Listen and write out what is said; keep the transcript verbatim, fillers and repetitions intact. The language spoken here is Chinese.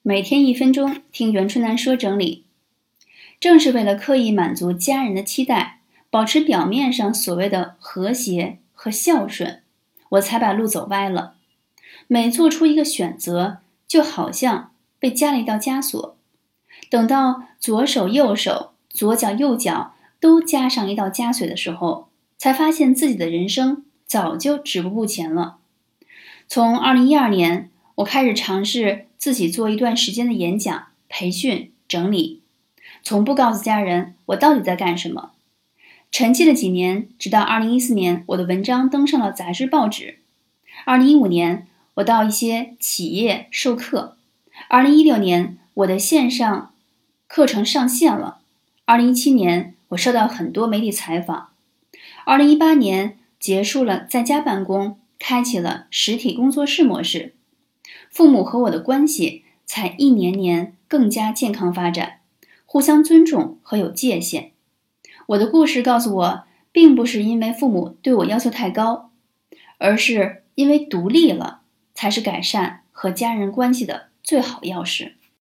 每天一分钟，听袁春楠说整理。正是为了刻意满足家人的期待，保持表面上所谓的和谐和孝顺，我才把路走歪了。每做出一个选择，就好像被加了一道枷锁。等到左手右手、左脚右脚都加上一道枷锁的时候，才发现自己的人生早就止步不前了。从二零一二年，我开始尝试自己做一段时间的演讲、培训、整理，从不告诉家人我到底在干什么。沉寂了几年，直到二零一四年，我的文章登上了杂志报纸。二零一五年，我到一些企业授课。二零一六年，我的线上课程上线了。二零一七年，我受到很多媒体采访。二零一八年，结束了在家办公，开启了实体工作室模式。父母和我的关系才一年年更加健康发展，互相尊重和有界限。我的故事告诉我，并不是因为父母对我要求太高，而是因为独立了，才是改善和家人关系的最好钥匙。